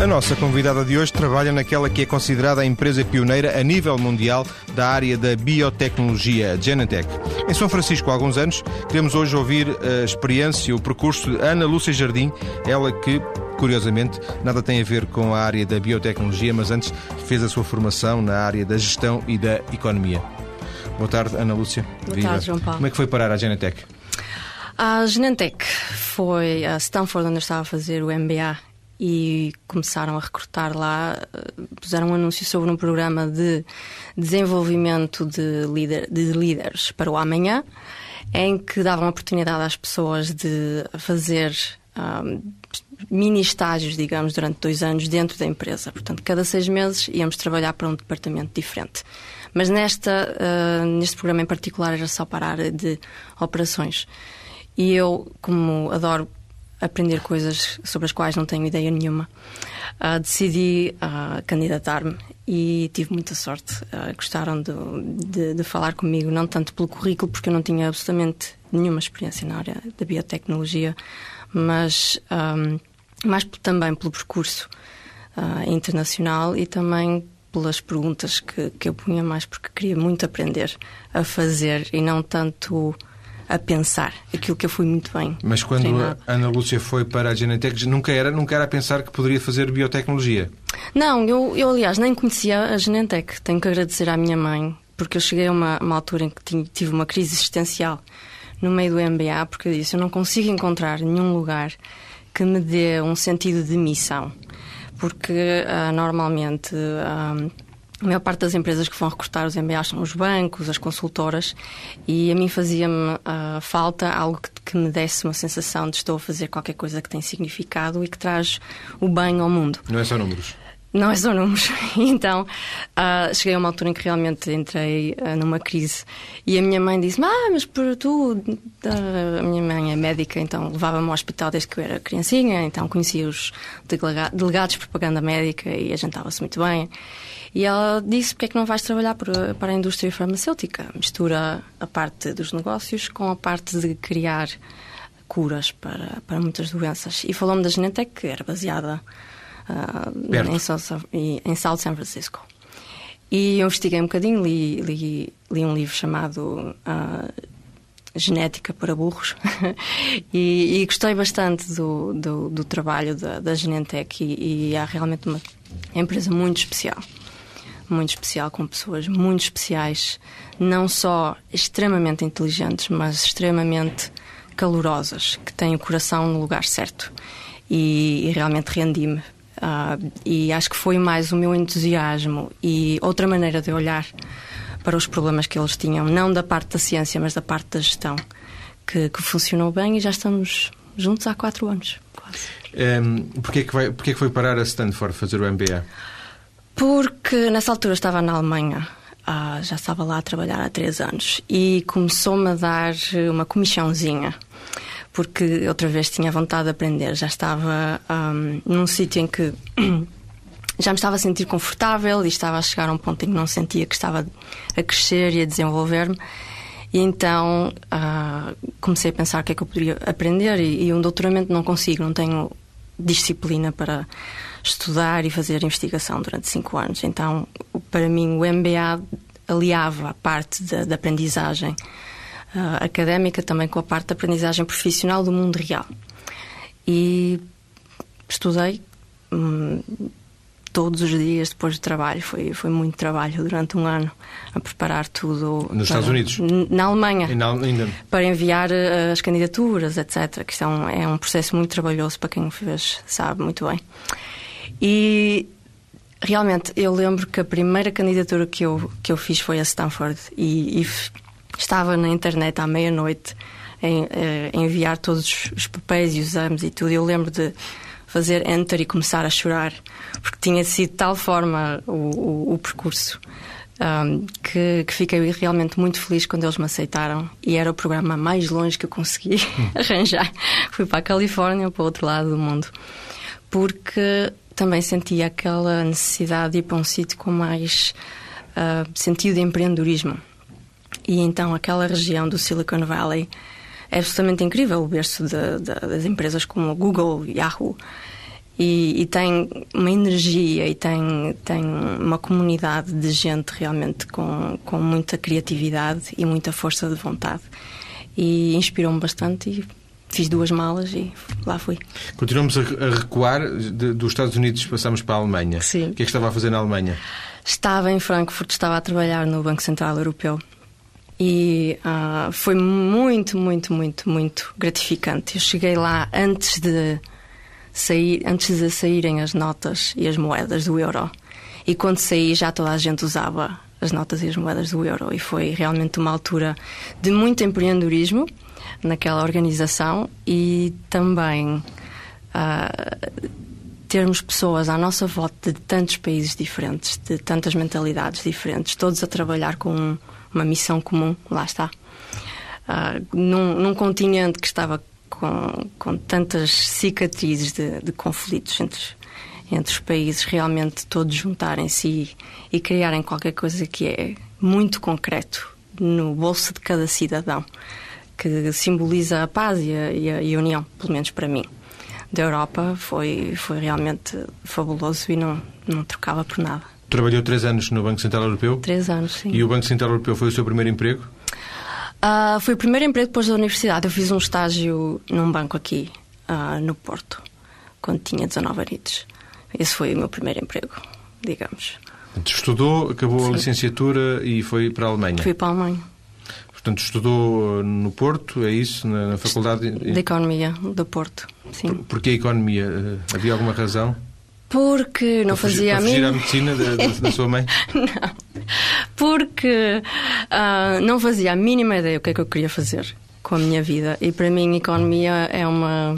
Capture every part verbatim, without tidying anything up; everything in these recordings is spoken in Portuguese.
A nossa convidada de hoje trabalha naquela que é considerada a empresa pioneira a nível mundial da área da biotecnologia, a Genentech. Em São Francisco há alguns anos, queremos hoje ouvir a experiência, o percurso de Ana Lúcia Jardim, ela que, curiosamente, nada tem a ver com a área da biotecnologia, mas antes fez a sua formação na área da gestão e da economia. Boa tarde, Ana Lúcia. Boa Viva. tarde, João Paulo. Como é que foi parar a Genentech? A Genentech foi a Stanford, onde eu estava a fazer o M B A, e começaram a recrutar lá, puseram um anúncio sobre um programa de desenvolvimento de, líder, de líderes para o amanhã, em que davam oportunidade às pessoas de fazer um, mini estágios, digamos, durante dois anos dentro da empresa. Portanto, cada seis meses íamos trabalhar para um departamento diferente. Mas nesta, uh, neste programa em particular era só para a área de operações. E eu, como adoro aprender coisas sobre as quais não tenho ideia nenhuma, uh, decidi uh, candidatar-me e tive muita sorte. Uh, gostaram de, de, de falar comigo, não tanto pelo currículo, porque eu não tinha absolutamente nenhuma experiência na área da biotecnologia, mas um, mais também pelo percurso uh, internacional e também pelas perguntas que, que eu punha mais, porque queria muito aprender a fazer e não tanto a pensar, aquilo que eu fui muito bem. Mas quando treinado. a Ana Lúcia foi para a Genentech, nunca era, nunca era a pensar que poderia fazer biotecnologia? Não, eu, eu aliás nem conhecia a Genentech. Tenho que agradecer à minha mãe, porque eu cheguei a uma, uma altura em que tinha, tive uma crise existencial no meio do M B A, porque eu disse, eu não consigo encontrar nenhum lugar que me dê um sentido de missão, porque uh, normalmente uh, a maior parte das empresas que vão recrutar os M B As são os bancos, as consultoras, e a mim fazia-me uh, falta algo que, que me desse uma sensação de estou a fazer qualquer coisa que tem significado e que traz o bem ao mundo. Não é só números? Não é só números. Então, uh, cheguei a uma altura em que realmente entrei uh, numa crise. E a minha mãe disse-me, ah, mas por tu... Uh, a minha mãe é médica, então levava-me ao hospital desde que eu era criancinha, então conhecia os delega- delegados de propaganda médica e a gente estava-se muito bem. E ela disse, porque é que não vais trabalhar por, para a indústria farmacêutica? Mistura a parte dos negócios com a parte de criar curas para, para muitas doenças. E falou-me da Genentech, que era baseada Uh, em, South, em South San Francisco. E eu investiguei um bocadinho, li, li, li um livro chamado uh, Genética para Burros e, e gostei bastante do, do, do trabalho da, da Genentech e, e é realmente uma empresa muito especial. Muito especial, com pessoas muito especiais, não só extremamente inteligentes, mas extremamente calorosas, que têm o coração no lugar certo. E, e realmente rendi-me. Uh, e acho que foi mais o meu entusiasmo e outra maneira de olhar para os problemas que eles tinham, não da parte da ciência, mas da parte da gestão, que, que funcionou bem e já estamos juntos há quatro anos, quase. Um, porquê, que vai, porquê que foi parar a Stanford fazer o M B A? Porque nessa altura estava na Alemanha, uh, já estava lá a trabalhar há três anos e começou-me a dar uma comichãozinha, porque outra vez tinha vontade de aprender. Já estava um, num sítio em que já me estava a sentir confortável e estava a chegar a um ponto em que não sentia que estava a crescer e a desenvolver-me. E então uh, comecei a pensar o que é que eu poderia aprender e, e um doutoramento não consigo, não tenho disciplina para estudar e fazer investigação durante cinco anos. Então, para mim, o M B A aliava a parte da, da aprendizagem Uh, académica também com a parte da aprendizagem profissional do mundo real. E estudei hum, todos os dias depois do trabalho. Foi, foi muito trabalho durante um ano a preparar tudo. Nos para, Estados Unidos? Na Alemanha. E na, ainda... Para enviar uh, as candidaturas, etcétera. Que é um, é um processo muito trabalhoso, para quem o fez sabe muito bem. E realmente eu lembro que a primeira candidatura que eu, que eu fiz foi a Stanford e, e estava na internet à meia-noite a enviar todos os papéis e os exames e tudo. Eu lembro de fazer enter e começar a chorar, porque tinha sido de tal forma o, o, o percurso um, que, que fiquei realmente muito feliz quando eles me aceitaram. E era o programa mais longe que eu consegui arranjar. Fui para a Califórnia, para o outro lado do mundo, porque também sentia aquela necessidade de ir para um sítio com mais uh, sentido de empreendedorismo. E então aquela região do Silicon Valley é absolutamente incrível, o berço de, de, das empresas como o Google, Yahoo. E, e tem uma energia e tem, tem uma comunidade de gente realmente com, com muita criatividade e muita força de vontade. E inspirou-me bastante e fiz duas malas e lá fui. Continuamos a recuar. De, dos Estados Unidos passamos para a Alemanha. Sim. O que é que estava a fazer na Alemanha? Estava em Frankfurt, estava a trabalhar no Banco Central Europeu. E uh, foi muito, muito, muito, muito gratificante. Eu cheguei lá antes de, sair, antes de saírem as notas e as moedas do euro. E quando saí já toda a gente usava as notas e as moedas do euro. E foi realmente uma altura de muito empreendedorismo naquela organização e também uh, termos pessoas à nossa volta de tantos países diferentes, de tantas mentalidades diferentes, todos a trabalhar com uma missão comum, lá está. Uh, num, num continente que estava com, com tantas cicatrizes de, de conflitos entre, entre os países, realmente todos juntarem-se e, e criarem qualquer coisa que é muito concreto no bolso de cada cidadão, que simboliza a paz e a, e a, e a união, pelo menos para mim, da Europa, foi, foi realmente fabuloso e não, não trocava por nada. Trabalhou três anos no Banco Central Europeu? Três anos, sim. E o Banco Central Europeu foi o seu primeiro emprego? Uh, foi o primeiro emprego depois da universidade. Eu fiz um estágio num banco aqui, uh, no Porto, quando tinha dezanove anos. Esse foi o meu primeiro emprego, digamos. Estudou, acabou sim. a licenciatura e foi para a Alemanha? Fui para a Alemanha. Portanto, estudou no Porto, é isso? Na, na Faculdade de Economia do Porto, sim. Por, porquê a Economia? Havia alguma razão? Porque não para fazia fugir, a mim. mínima... à medicina da, da, da sua mãe? Não. Porque uh, não fazia a mínima ideia o que é que eu queria fazer com a minha vida. E para mim, economia é uma,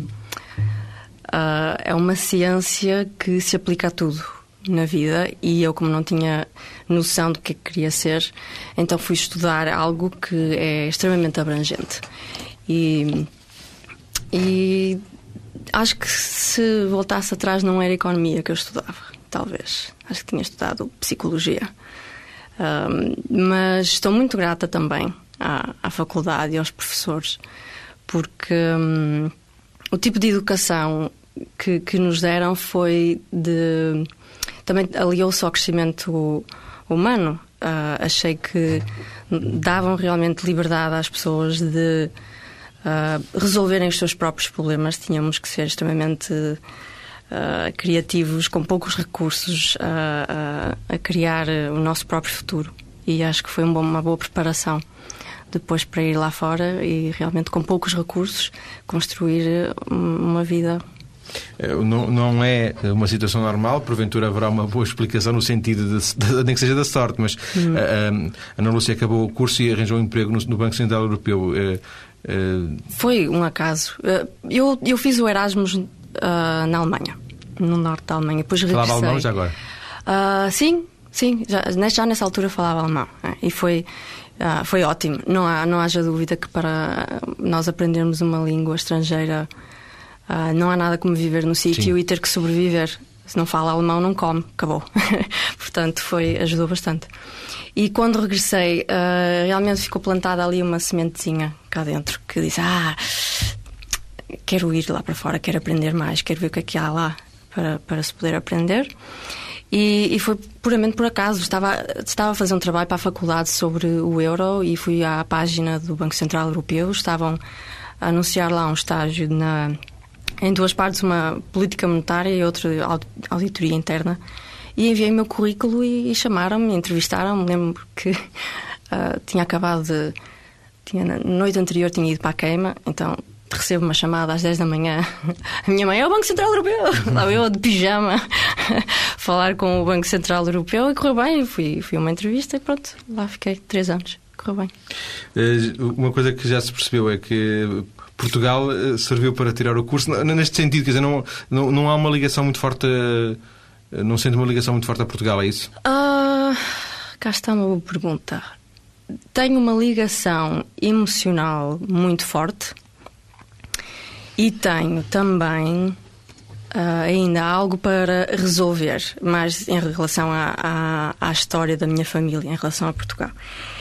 uh, é uma ciência que se aplica a tudo na vida. E eu, como não tinha noção do que é que queria ser, então fui estudar algo que é extremamente abrangente. E... e acho que se voltasse atrás não era economia que eu estudava, talvez. Acho que tinha estudado psicologia. Um, mas estou muito grata também à, à faculdade e aos professores, porque um, o tipo de educação que, que nos deram foi de... Também aliou-se ao crescimento humano. Uh, achei que davam realmente liberdade às pessoas de... Uh, resolverem os seus próprios problemas. Tínhamos que ser extremamente uh, criativos, com poucos recursos, uh, uh, a criar o nosso próprio futuro. E acho que foi um bom, uma boa preparação depois para ir lá fora e realmente com poucos recursos construir uma vida. Não, não é uma situação normal, porventura haverá uma boa explicação no sentido de, de, nem que seja da sorte, mas hum. a, a Ana Lúcia acabou o curso e arranjou um emprego no, no Banco Central Europeu. Uh, Foi um acaso. Eu, eu fiz o Erasmus uh, na Alemanha, no norte da Alemanha. Depois regressei. Falava alemão já agora? Uh, sim, sim. Já, já nessa altura falava alemão. É, e foi, uh, foi ótimo. Não, há, não haja dúvida que para nós aprendermos uma língua estrangeira uh, não há nada como viver no sítio e ter que sobreviver. Se não fala alemão, não come. Acabou. Portanto, foi, ajudou bastante. E quando regressei, uh, realmente ficou plantada ali uma sementezinha cá dentro que disse: ah, quero ir lá para fora, quero aprender mais, quero ver o que é que há lá para, para se poder aprender. E, e foi puramente por acaso. Estava, estava a fazer um trabalho para a faculdade sobre o euro e fui à página do Banco Central Europeu. Estavam a anunciar lá um estágio na, em duas partes, uma política monetária e outra auditoria interna. E enviei o meu currículo e, e chamaram-me, entrevistaram-me. Lembro que uh, tinha acabado de... Tinha, na noite anterior tinha ido para a queima, então recebo uma chamada às dez da manhã. A minha mãe: é o Banco Central Europeu. Lá eu de pijama falar com o Banco Central Europeu e correu bem. Fui, fui a uma entrevista e pronto, lá fiquei três anos. Correu bem. Uma coisa que já se percebeu é que Portugal serviu para tirar o curso, neste sentido, quer dizer, não, não, não há uma ligação muito forte... Não sente uma ligação muito forte a Portugal, é isso? Uh, cá está uma boa pergunta. Tenho uma ligação emocional muito forte e tenho também uh, ainda algo para resolver, mais em relação à, à, à história da minha família, em relação a Portugal.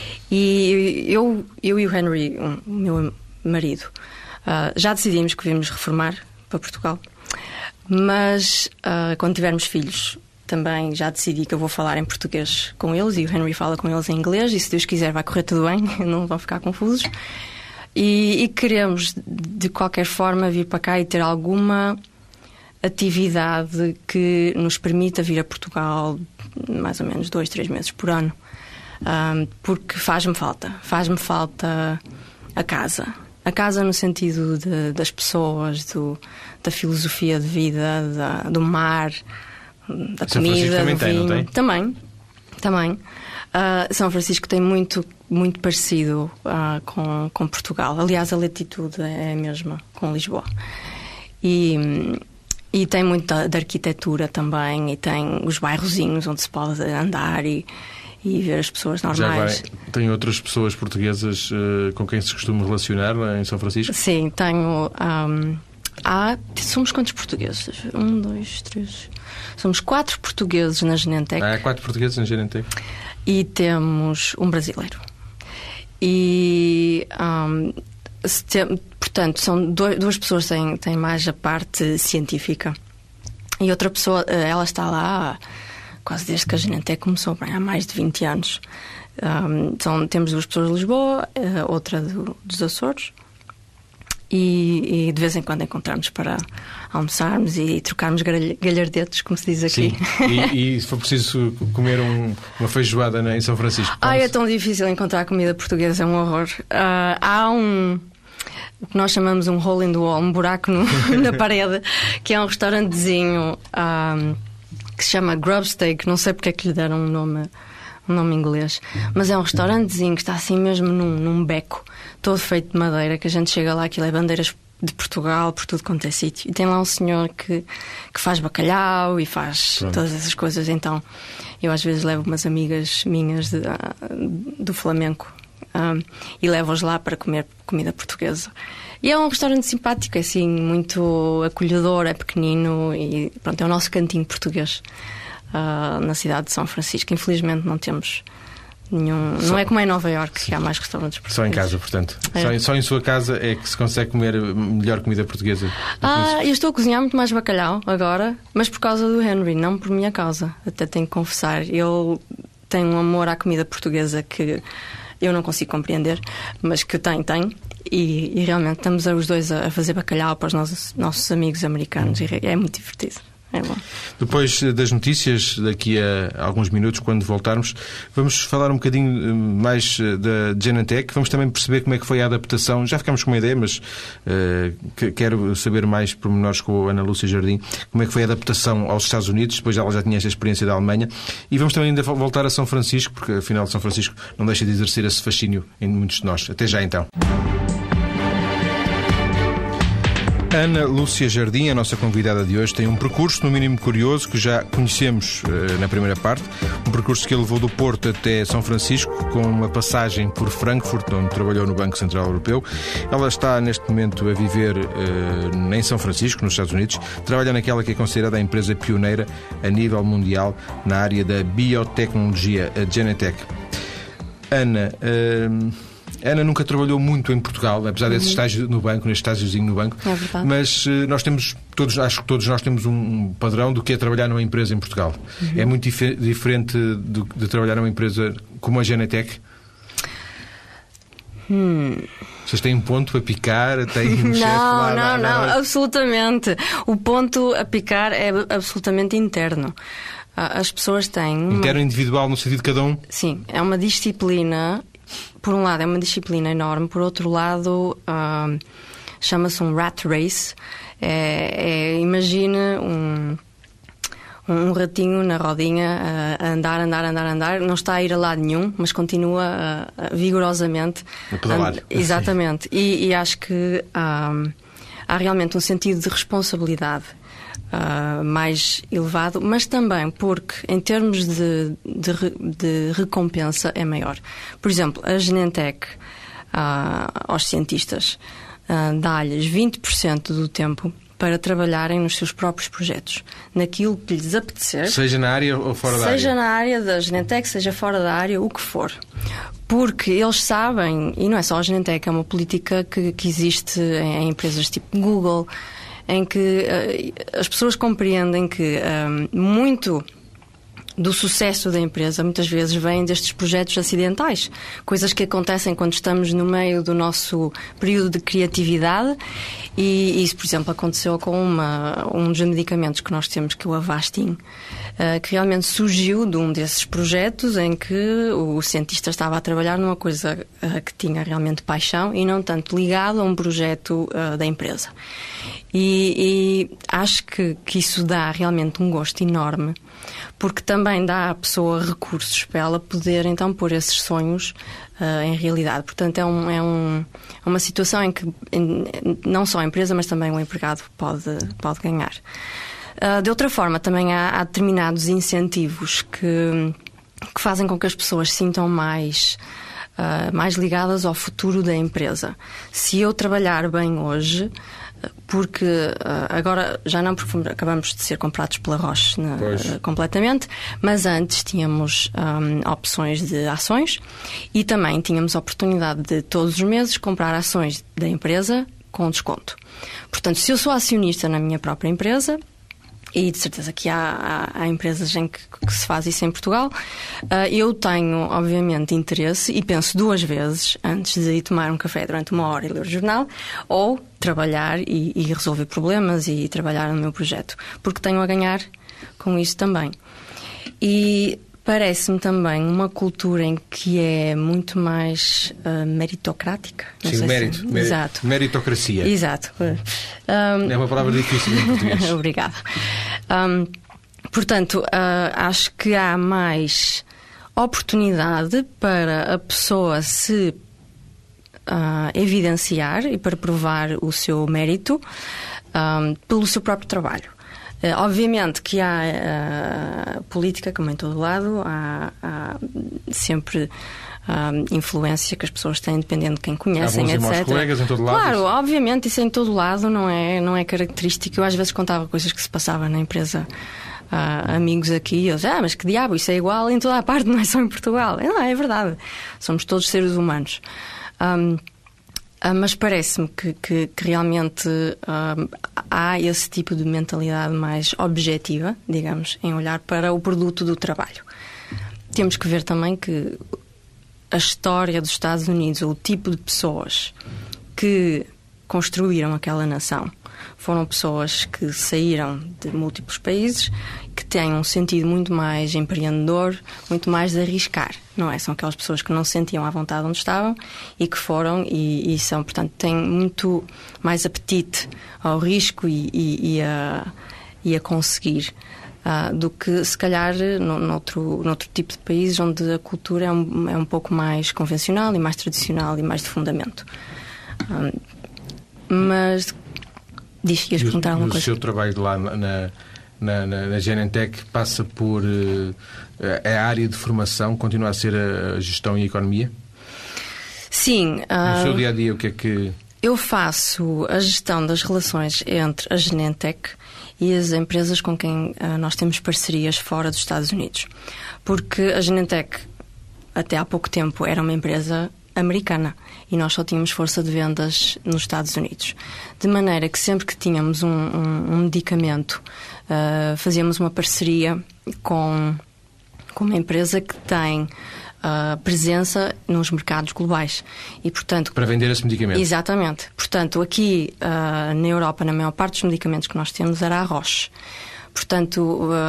E eu, eu e o Henry, o meu marido, uh, já decidimos que vimos reformar para Portugal. Mas uh, quando tivermos filhos, também já decidi que eu vou falar em português com eles e o Henry fala com eles em inglês e se Deus quiser vai correr tudo bem, não vão ficar confusos. E, e queremos, de qualquer forma, vir para cá e ter alguma atividade que nos permita vir a Portugal mais ou menos dois, três meses por ano. Um, porque faz-me falta. Faz-me falta a casa. A casa no sentido de, das pessoas, do, da filosofia de vida, da, do mar, da São comida, também do tem, vinho. não tem? Também. Também. Uh, São Francisco tem muito, muito parecido uh, com, com Portugal. Aliás, a latitude é a mesma com Lisboa. E, e tem muita de arquitetura também. E tem os bairrozinhos onde se pode andar e, e ver as pessoas normais. Já vai, tem outras pessoas portuguesas uh, com quem se costuma relacionar em São Francisco? Sim, tenho... Um, há, somos quantos portugueses? Um, dois, três... Somos quatro portugueses na Genentech. Há quatro portugueses na Genentech? E temos um brasileiro. E, um, tem, portanto, são dois, duas pessoas que têm, têm mais a parte científica. E outra pessoa, ela está lá quase desde que a Genentech começou, bem, há mais de vinte anos. Um, então, temos duas pessoas de Lisboa, outra do, dos Açores. E, e de vez em quando encontramos para almoçarmos e trocarmos galhardetes, como se diz aqui. Sim. E, e se for preciso comer um, uma feijoada em São Francisco? Ai, é tão difícil encontrar comida portuguesa, é um horror. Uh, há um... o que nós chamamos um hole in the wall, um buraco no, na parede, que é um restaurantezinho um, que se chama Grubsteak. Não sei porque é que lhe deram um nome... um nome inglês, mas é um restaurantezinho que está assim mesmo num, num beco, todo feito de madeira, que a gente chega lá, aquilo é bandeiras de Portugal, por tudo quanto é sítio. E tem lá um senhor que, que faz bacalhau e faz Pronto. todas essas coisas. Então, eu às vezes levo umas amigas minhas de, do flamenco um, e levo-os lá para comer comida portuguesa. E é um restaurante simpático, é assim, muito acolhedor, é pequenino e pronto, é o nosso cantinho português. Uh, na cidade de São Francisco. Infelizmente não temos nenhum... Só... Não é como em Nova Iorque, que há mais restaurantes portugueses. Só em casa, portanto. É. Só, em, só em sua casa é que se consegue comer melhor comida portuguesa. Ah, eu estou a cozinhar muito mais bacalhau agora, mas por causa do Henry, não por minha causa. Até tenho que confessar. Ele tem um amor à comida portuguesa que eu não consigo compreender, mas que tem, tem. E, e realmente estamos os dois a fazer bacalhau para os nossos, nossos amigos americanos. Hum. E é muito divertido. É bom. Depois das notícias, daqui a alguns minutos, quando voltarmos, vamos falar um bocadinho mais da Genentech. Vamos também perceber como é que foi a adaptação. Já ficámos com uma ideia, mas uh, quero saber mais pormenores com a Ana Lúcia Jardim. Como é que foi a adaptação aos Estados Unidos? Depois ela já tinha esta experiência da Alemanha. E vamos também ainda voltar a São Francisco, porque afinal São Francisco não deixa de exercer esse fascínio em muitos de nós. Até já então. Ana Lúcia Jardim, a nossa convidada de hoje, tem um percurso, no mínimo curioso, que já conhecemos uh, na primeira parte. Um percurso que a levou do Porto até São Francisco, com uma passagem por Frankfurt, onde trabalhou no Banco Central Europeu. Ela está, neste momento, a viver uh, em São Francisco, nos Estados Unidos. Trabalha naquela que é considerada a empresa pioneira a nível mundial na área da biotecnologia, a Genentech. Ana... Uh, Ana nunca trabalhou muito em Portugal, apesar desse uhum. estágio no banco, neste estágiozinho no banco. É verdade. Mas uh, nós temos, todos, acho que todos nós temos um padrão do que é trabalhar numa empresa em Portugal. Uhum. É muito dif- diferente de, de trabalhar numa empresa como a Genentech? Hum. Vocês têm um ponto a picar? Têm um chefe lá? Não, não, não, absolutamente. O ponto a picar é absolutamente interno. As pessoas têm... Uma... Interno individual no sentido de cada um? Sim, é uma disciplina... Por um lado é uma disciplina enorme, por outro lado uh, chama-se um rat race. É, é, imagine um, um ratinho na rodinha a andar, andar, andar, andar. Não está a ir a lado nenhum, mas continua uh, vigorosamente a pedalar. And, exatamente. E, e acho que uh, há realmente um sentido de responsabilidade Uh, mais elevado, mas também porque em termos de, de, de recompensa é maior. Por exemplo, a Genentech uh, aos cientistas uh, dá-lhes vinte por cento do tempo para trabalharem nos seus próprios projetos, naquilo que lhes apetecer. Seja na área ou fora da área? Seja na área da Genentech, seja fora da área, o que for. Porque eles sabem, e não é só a Genentech, é uma política que, que existe em, em empresas tipo Google, em que uh, as pessoas compreendem que uh, muito do sucesso da empresa muitas vezes vem destes projetos acidentais, coisas que acontecem quando estamos no meio do nosso período de criatividade, e isso, por exemplo, aconteceu com uma, um dos medicamentos que nós temos, que é o Avastin, uh, que realmente surgiu de um desses projetos em que o cientista estava a trabalhar numa coisa uh, que tinha realmente paixão e não tanto ligado a um projeto uh, da empresa. E, e acho que, que isso dá realmente um gosto enorme, porque também dá à pessoa recursos para ela poder então pôr esses sonhos uh, em realidade. Portanto, é, um, é, um, é uma situação em que em, não só a empresa, mas também o empregado pode, pode ganhar. Uh, de outra forma, também há, há determinados incentivos que, que fazem com que as pessoas se sintam mais... Uh, mais ligadas ao futuro da empresa. Se eu trabalhar bem hoje, porque uh, agora já não, porque acabamos de ser comprados pela Roche, né, uh, completamente, mas antes tínhamos um, opções de ações e também tínhamos a oportunidade de todos os meses comprar ações da empresa com desconto. Portanto, se eu sou acionista na minha própria empresa, e de certeza que há, há, há empresas em que, que se faz isso em Portugal, uh, eu tenho, obviamente, interesse e penso duas vezes antes de ir tomar um café durante uma hora e ler o jornal, ou trabalhar e, e resolver problemas e trabalhar no meu projeto, porque tenho a ganhar com isso também. E parece-me também uma cultura em que é muito mais uh, meritocrática. Não Sim, sei mérito. Se... Mer... Exato. Meritocracia. Exato. Um... É uma palavra difícil em português. Obrigada. Um, portanto, uh, acho que há mais oportunidade para a pessoa se uh, evidenciar e para provar o seu mérito um, pelo seu próprio trabalho. Uh, obviamente que há uh, política, como em todo lado, há, há sempre uh, influência que as pessoas têm, dependendo de quem conhecem, há bons etcétera. E maus colegas em todo lado. Claro, obviamente, isso em todo lado não é, não é característico. Eu às vezes contava coisas que se passavam na empresa a amigos aqui, e eles, ah, mas que diabo, isso é igual em toda a parte, não é só em Portugal. Não, é verdade. Somos todos seres humanos. Um, Uh, mas parece-me que, que, que realmente uh, há esse tipo de mentalidade mais objetiva, digamos, em olhar para o produto do trabalho. Temos que ver também que a história dos Estados Unidos, ou o tipo de pessoas que construíram aquela nação, foram pessoas que saíram de múltiplos países, que têm um sentido muito mais empreendedor, muito mais de arriscar, não é? São aquelas pessoas que não se sentiam à vontade onde estavam e que foram e, e são, portanto, têm muito mais apetite ao risco e, e, e, a, e a conseguir uh, do que, se calhar, no, noutro, noutro tipo de países onde a cultura é um, é um pouco mais convencional e mais tradicional e mais de fundamento. Um, mas... Diz, ias perguntar alguma coisa? O seu trabalho lá na, na, na, na Genentech passa por uh, a área de formação, continua a ser a gestão e a economia? Sim. Uh, no seu dia-a-dia, o que é que... Eu faço a gestão das relações entre a Genentech e as empresas com quem uh, nós temos parcerias fora dos Estados Unidos. Porque a Genentech, até há pouco tempo, era uma empresa americana e nós só tínhamos força de vendas nos Estados Unidos. De maneira que sempre que tínhamos um, um, um medicamento, uh, fazíamos uma parceria com, com uma empresa que tem uh, presença nos mercados globais. E, portanto, para vender esse medicamento? Exatamente. Portanto, aqui uh, na Europa, na maior parte dos medicamentos que nós temos era a Roche. Portanto,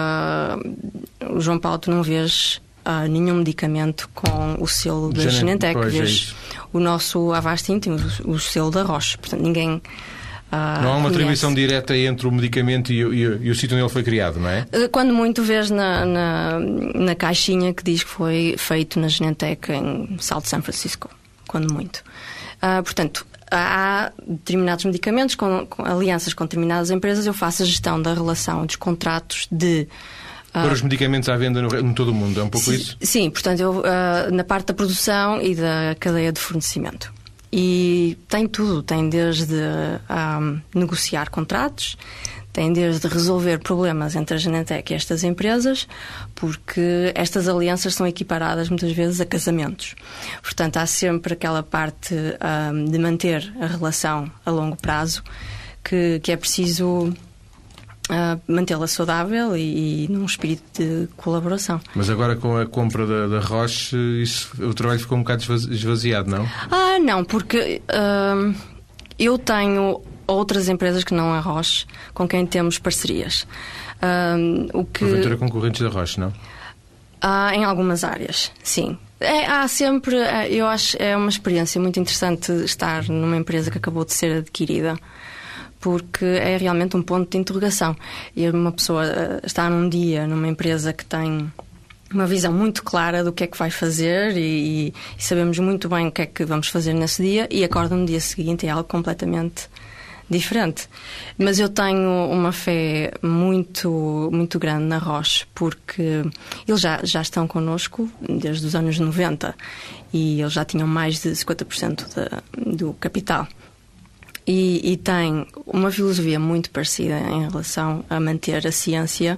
uh, o João Paulo, tu não vês Uh, nenhum medicamento com o selo da Genentech. Vês, o nosso Avastin tem o, o selo da Roche. Portanto, ninguém uh, não há uma atribuição direta entre o medicamento e, e, e o sítio onde ele foi criado, não é? Uh, quando muito vês na, na, na caixinha que diz que foi feito na Genentech em South San Francisco. Quando muito. Uh, portanto, há determinados medicamentos com, com alianças com determinadas empresas. Eu faço a gestão da relação dos contratos de Para os medicamentos à venda no, no todo o mundo, é um pouco sim, isso? Sim, portanto, eu, uh, na parte da produção e da cadeia de fornecimento. E tem tudo, tem desde um, negociar contratos, tem desde resolver problemas entre a Genentech e estas empresas, porque estas alianças são equiparadas muitas vezes a casamentos. Portanto, há sempre aquela parte um, de manter a relação a longo prazo, que, que é preciso Uh, mantê-la saudável e, e num espírito de colaboração. Mas agora com a compra da, da Roche, isso, o trabalho ficou um bocado esvaziado, não? Ah, não, porque uh, eu tenho outras empresas que não a Roche, com quem temos parcerias. Uh, o que... Porventura concorrentes da Roche, não? Ah, em algumas áreas, sim. É, há sempre, eu acho, é uma experiência muito interessante estar numa empresa que acabou de ser adquirida, porque é realmente um ponto de interrogação. E uma pessoa está num dia numa empresa que tem uma visão muito clara do que é que vai fazer e, e sabemos muito bem o que é que vamos fazer nesse dia, e acorda no dia seguinte é algo completamente diferente. Mas eu tenho uma fé muito, muito grande na Roche, porque eles já, já estão connosco desde os anos noventa e eles já tinham mais de cinquenta por cento de, do capital. E, e tem uma filosofia muito parecida em relação a manter a ciência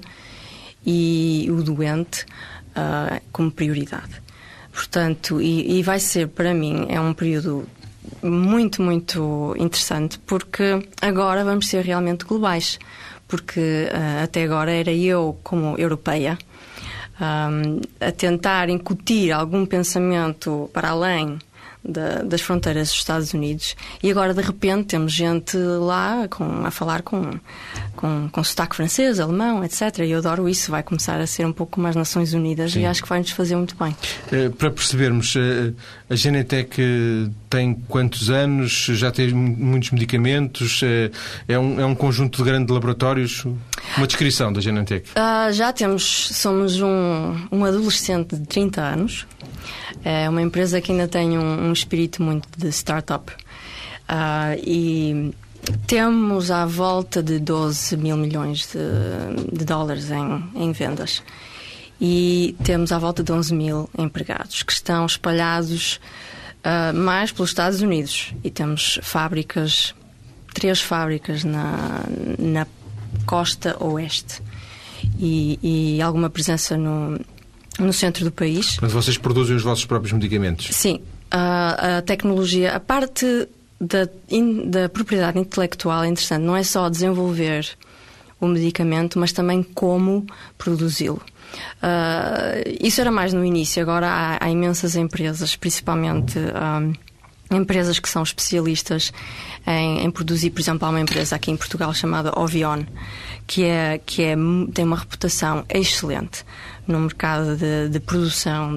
e o doente uh, como prioridade. Portanto, e, e vai ser, para mim, é um período muito, muito interessante, porque agora vamos ser realmente globais. Porque uh, até agora era eu, como europeia, um, a tentar incutir algum pensamento para além Da, das fronteiras dos Estados Unidos, e agora de repente temos gente lá com, a falar com, com, com sotaque francês, alemão, etcétera. E eu adoro isso, vai começar a ser um pouco como as Nações Unidas. Sim. E acho que vai-nos fazer muito bem. Para percebermos, a Genentech tem quantos anos? Já tem muitos medicamentos? É um, é um conjunto de grandes laboratórios? Uma descrição da Genentech. Uh, já temos, somos um, um adolescente de trinta anos. É uma empresa que ainda tem um, um espírito muito de startup. Uh, e temos à volta de doze mil milhões de, de dólares em, em vendas. E temos à volta de onze mil empregados que estão espalhados uh, mais pelos Estados Unidos. E temos fábricas, três fábricas na, na costa oeste. E, e alguma presença no... no centro do país. Mas vocês produzem os vossos próprios medicamentos? Sim. A, a tecnologia, a parte da, in, da propriedade intelectual é interessante. Não é só desenvolver o medicamento, mas também como produzi-lo. Uh, isso era mais no início. Agora há, há imensas empresas, principalmente um, empresas que são especialistas em, em produzir. Por exemplo, há uma empresa aqui em Portugal chamada Ovion, que, é, que é, tem uma reputação excelente no mercado de, de produção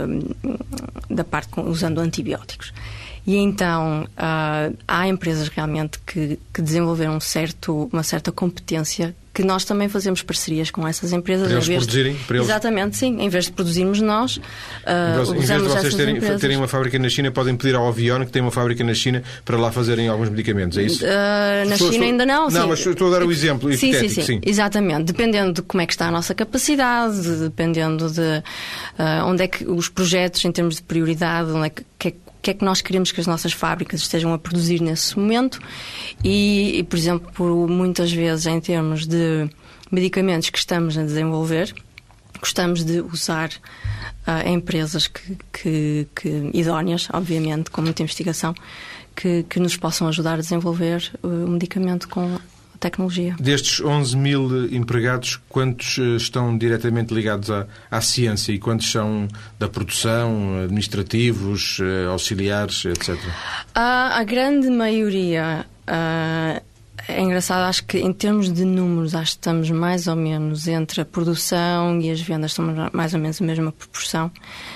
de, da parte usando antibióticos. E então uh, há empresas realmente que, que desenvolveram um certo, uma certa competência, que nós também fazemos parcerias com essas empresas. Para eles produzirem? De, para eles... Exatamente, sim. Em vez de produzirmos nós, uh, em vez de vocês terem, empresas. terem uma fábrica na China, podem pedir ao Ovion, que tem uma fábrica na China, para lá fazerem alguns medicamentos, é isso? Uh, na estou, China estou... ainda não. Não, sim. mas estou a dar o exemplo sim, hipotético. Sim, sim, sim. Exatamente. Dependendo de como é que está a nossa capacidade, dependendo de uh, onde é que os projetos, em termos de prioridade, onde é que, que é que é que nós queremos que as nossas fábricas estejam a produzir nesse momento. E, e por exemplo, por muitas vezes, em termos de medicamentos que estamos a desenvolver, gostamos de usar uh, empresas que, que, que, idóneas, obviamente, com muita investigação, que, que nos possam ajudar a desenvolver o medicamento com a tecnologia. Destes onze mil empregados, quantos estão diretamente ligados à, à ciência e quantos são da produção, administrativos, auxiliares, etcétera? A, a grande maioria... Uh, É engraçado, acho que em termos de números, acho que estamos mais ou menos entre a produção e as vendas, estamos mais ou menos a mesma proporção.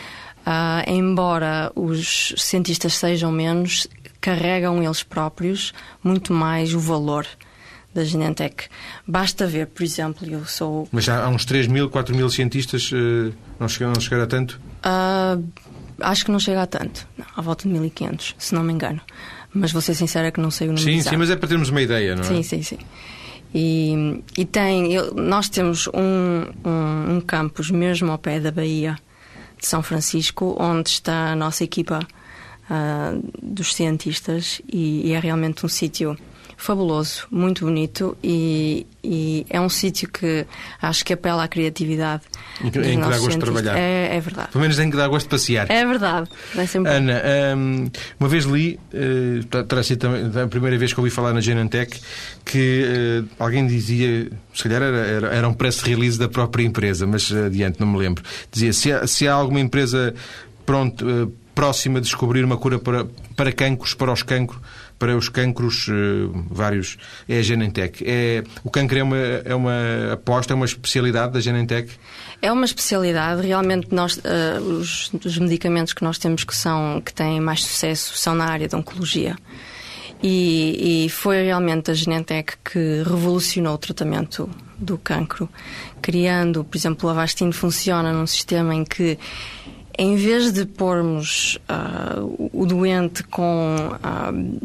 Uh, embora os cientistas sejam menos, carregam eles próprios muito mais o valor da Genentech. Basta ver, por exemplo, eu sou... Mas há uns três mil, quatro mil cientistas, uh, não chegaram a chegar a tanto? Uh, acho que não chega a tanto. Não, à volta de mil e quinhentos, se não me engano. Mas vou ser sincera que não sei o número Sim, exato. sim, mas é para termos uma ideia, não é? Sim, sim, sim. E, e tem... Eu, nós temos um, um, um campus mesmo ao pé da Baía de São Francisco, onde está a nossa equipa uh, dos cientistas, e, e é realmente um sítio fabuloso, muito bonito e, e é um sítio que acho que apela à criatividade. Em que, em que dá gosto de trabalhar. É, é verdade. Pelo menos em que dá gosto de passear. É verdade. É sempre... Ana, um, uma vez li, uh, terá sido também a primeira vez que ouvi falar na Genentech, que uh, alguém dizia, se calhar era, era, era um press release da própria empresa, mas uh, adiante, não me lembro. Dizia, se há, se há alguma empresa pronto, uh, próxima de descobrir uma cura para, para cancros, para os cancros, para os cancros uh, vários, é a Genentech. É, o cancro é uma, é uma aposta, é uma especialidade da Genentech? É uma especialidade. Realmente nós, uh, os, os medicamentos que nós temos que, são, que têm mais sucesso são na área da oncologia. E, e foi realmente a Genentech que revolucionou o tratamento do cancro, criando, por exemplo, o Avastin funciona num sistema em que, em vez de pormos uh, o doente com uh,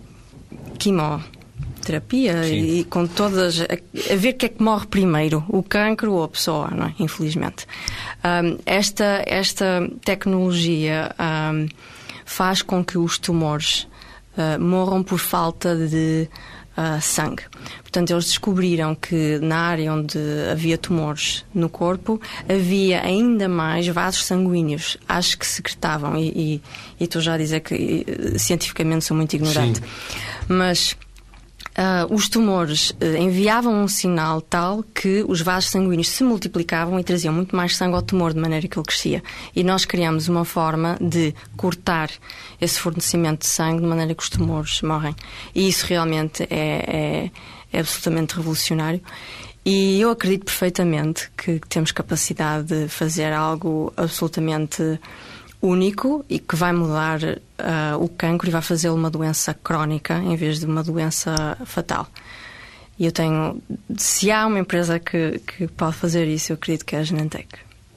quimioterapia Sim. e com todas... A, a ver o que é que morre primeiro, o cancro ou a pessoa, não é? Infelizmente. Um, esta, esta tecnologia um, faz com que os tumores uh, morram por falta de uh, sangue. Portanto, eles descobriram que na área onde havia tumores no corpo havia ainda mais vasos sanguíneos, acho que secretavam, e, e, e estou já a dizer que e, cientificamente sou muito ignorante. Sim. Mas uh, os tumores uh, enviavam um sinal tal que os vasos sanguíneos se multiplicavam e traziam muito mais sangue ao tumor, de maneira que ele crescia. E nós criamos uma forma de cortar esse fornecimento de sangue de maneira que os tumores morrem. E isso realmente é... é é absolutamente revolucionário e eu acredito perfeitamente que temos capacidade de fazer algo absolutamente único e que vai mudar uh, o cancro e vai fazê-lo uma doença crónica em vez de uma doença fatal. E eu tenho... Se há uma empresa que, que pode fazer isso, eu acredito que é a Genentech.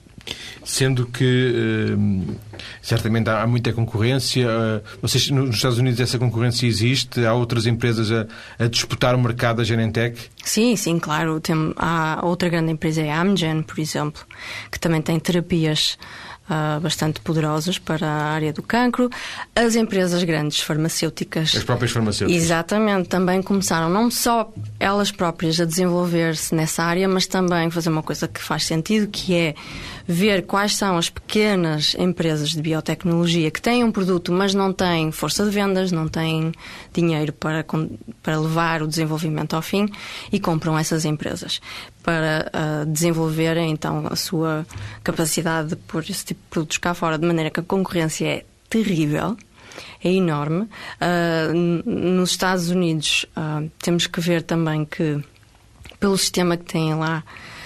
Sendo que uh, certamente há muita concorrência. Uh, vocês, nos Estados Unidos essa concorrência existe? Há outras empresas a, a disputar o mercado da Genentech? Sim, sim, claro. Tem, há outra grande empresa, é a Amgen, por exemplo, que também tem terapias Uh, bastante poderosas para a área do cancro. As empresas grandes farmacêuticas... As próprias farmacêuticas. Exatamente. Também começaram não só elas próprias a desenvolver-se nessa área, mas também fazer uma coisa que faz sentido, que é ver quais são as pequenas empresas de biotecnologia que têm um produto, mas não têm força de vendas, não têm dinheiro para, para levar o desenvolvimento ao fim, e compram essas empresas para uh, desenvolverem então a sua capacidade de pôr esse tipo de produtos cá fora, de maneira que a concorrência é terrível, é enorme. Uh, nos Estados Unidos uh, temos que ver também que, pelo sistema que têm lá,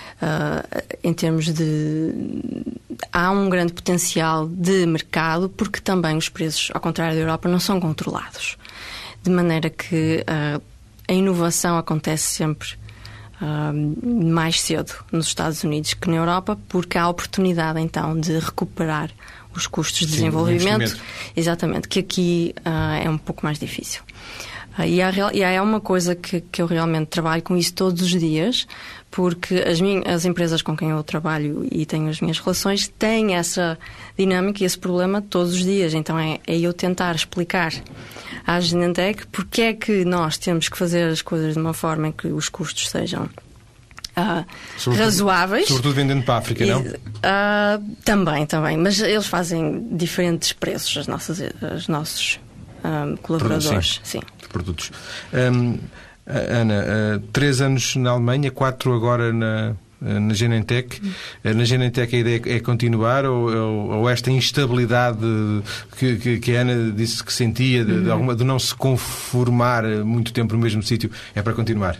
uh, em termos de... há um grande potencial de mercado, porque também os preços, ao contrário da Europa, não são controlados. De maneira que uh, a inovação acontece sempre Uh, mais cedo nos Estados Unidos que na Europa, porque há a oportunidade então de recuperar os custos de Sim, desenvolvimento, exatamente, que aqui uh, é um pouco mais difícil. Uh, e, há, e há uma coisa que, que eu realmente trabalho com isso todos os dias, porque as, minhas, as empresas com quem eu trabalho e tenho as minhas relações têm essa dinâmica e esse problema todos os dias. Então é, é eu tentar explicar à Genentech porque é que nós temos que fazer as coisas de uma forma em que os custos sejam uh, sobretudo, razoáveis. Sobretudo vendendo para a África, não? Uh, também, também. Mas eles fazem diferentes preços, as nossas, os nossos um, colaboradores. Sim, sim. Produtos. Um, Ana, uh, três anos na Alemanha, quatro agora na... na Genentech. Na Genentech a ideia é continuar ou, ou, ou esta instabilidade que, que, que a Ana disse que sentia de, de, alguma, de não se conformar muito tempo no mesmo sítio é para continuar?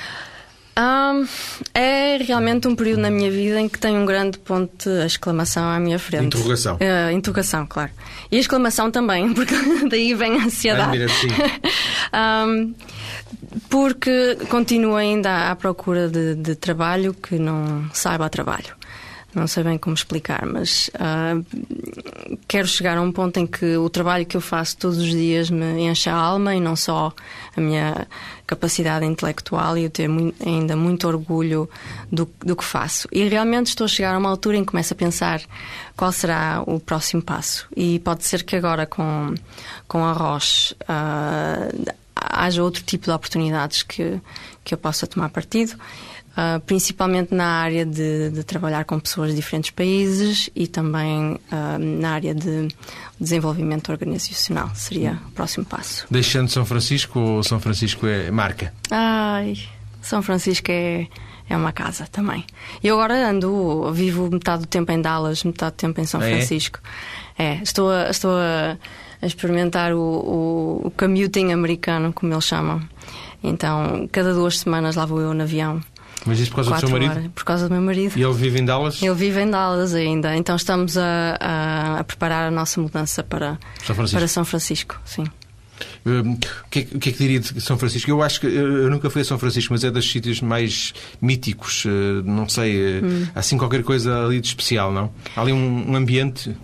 Um, é realmente um período na minha vida em que tenho um grande ponto de exclamação à minha frente. Interrogação. Uh, interrogação, claro. E exclamação também, porque daí vem a ansiedade. Admira, sim. um, porque continuo ainda à procura de, de trabalho que não saiba trabalho. Não sei bem como explicar, mas uh, quero chegar a um ponto em que o trabalho que eu faço todos os dias me enche a alma e não só a minha capacidade intelectual, e eu ter muito, ainda muito orgulho do, do que faço. E realmente estou a chegar a uma altura em que começo a pensar qual será o próximo passo. E pode ser que agora com, com a Roche uh, haja outro tipo de oportunidades que, que eu possa tomar partido. Uh, principalmente na área de, de trabalhar com pessoas de diferentes países e também uh, na área de desenvolvimento organizacional. Seria o próximo passo. Deixando São Francisco, ou São Francisco é marca? Ai, São Francisco é, é uma casa também. Eu agora ando, vivo metade do tempo em Dallas, metade do tempo em São ah, Francisco. É? É, estou a, estou a, a experimentar o, o, o commuting americano, como eles chamam. Então, cada duas semanas lá vou eu no avião. Mas isso por causa do seu marido? Horas. Por causa do meu marido. E ele vive em Dallas? Ele vive em Dallas ainda. Então estamos a, a, a preparar a nossa mudança para São Francisco. Para São Francisco, sim. Um, o, que é, o que é que diria de São Francisco? Eu acho que eu nunca fui a São Francisco, mas é dos sítios mais míticos. Uh, não sei, uh, hum. há assim qualquer coisa ali de especial, não? Há ali um, um ambiente.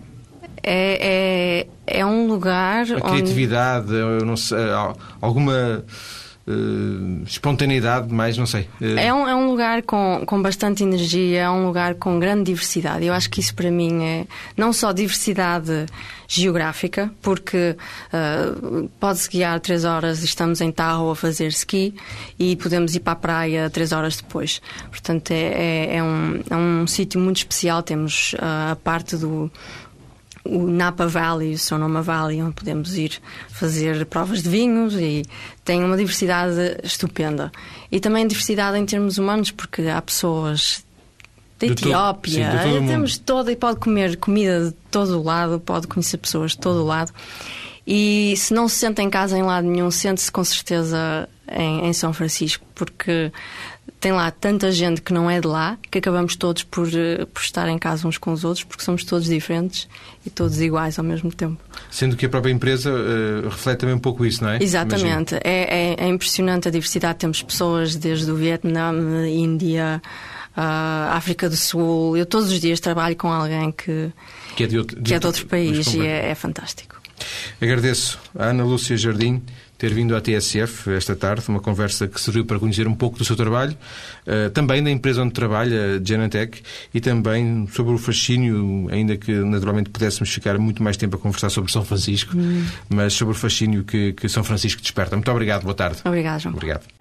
É, é, é um lugar. A onde... criatividade, eu não sei, alguma. Uh, espontaneidade, mais não sei. Uh... É, um, é um lugar com, com bastante energia, é um lugar com grande diversidade. Eu acho que isso para mim é não só diversidade geográfica, porque uh, pode-se guiar três horas e estamos em Tahoe a fazer ski e podemos ir para a praia três horas depois. Portanto, é, é, é um, é um sítio muito especial. Temos uh, a parte do o Napa Valley, o Sonoma Valley, onde podemos ir fazer provas de vinhos e tem uma diversidade estupenda. E também diversidade em termos humanos, porque há pessoas da Etiópia, todo, sim, temos toda e pode comer comida de todo o lado, pode conhecer pessoas de todo o lado. E se não se sente em casa em lado nenhum, sente-se com certeza em, em São Francisco, porque tem lá tanta gente que não é de lá que acabamos todos por, por estar em casa uns com os outros, porque somos todos diferentes e todos iguais ao mesmo tempo. Sendo que a própria empresa uh, reflete também um pouco isso, não é? Exatamente. É, é, é impressionante a diversidade. Temos pessoas desde o Vietnã, Índia, uh, África do Sul. Eu todos os dias trabalho com alguém que, que é de outro, de que é de outro outro país e é, é fantástico. Agradeço a Ana Lúcia Jardim ter vindo à T S F esta tarde, uma conversa que serviu para conhecer um pouco do seu trabalho, uh, também da empresa onde trabalha, Genentech, e também sobre o fascínio, ainda que naturalmente pudéssemos ficar muito mais tempo a conversar sobre São Francisco, hum. mas sobre o fascínio que, que São Francisco desperta. Muito obrigado, boa tarde. Obrigado, João. Obrigado.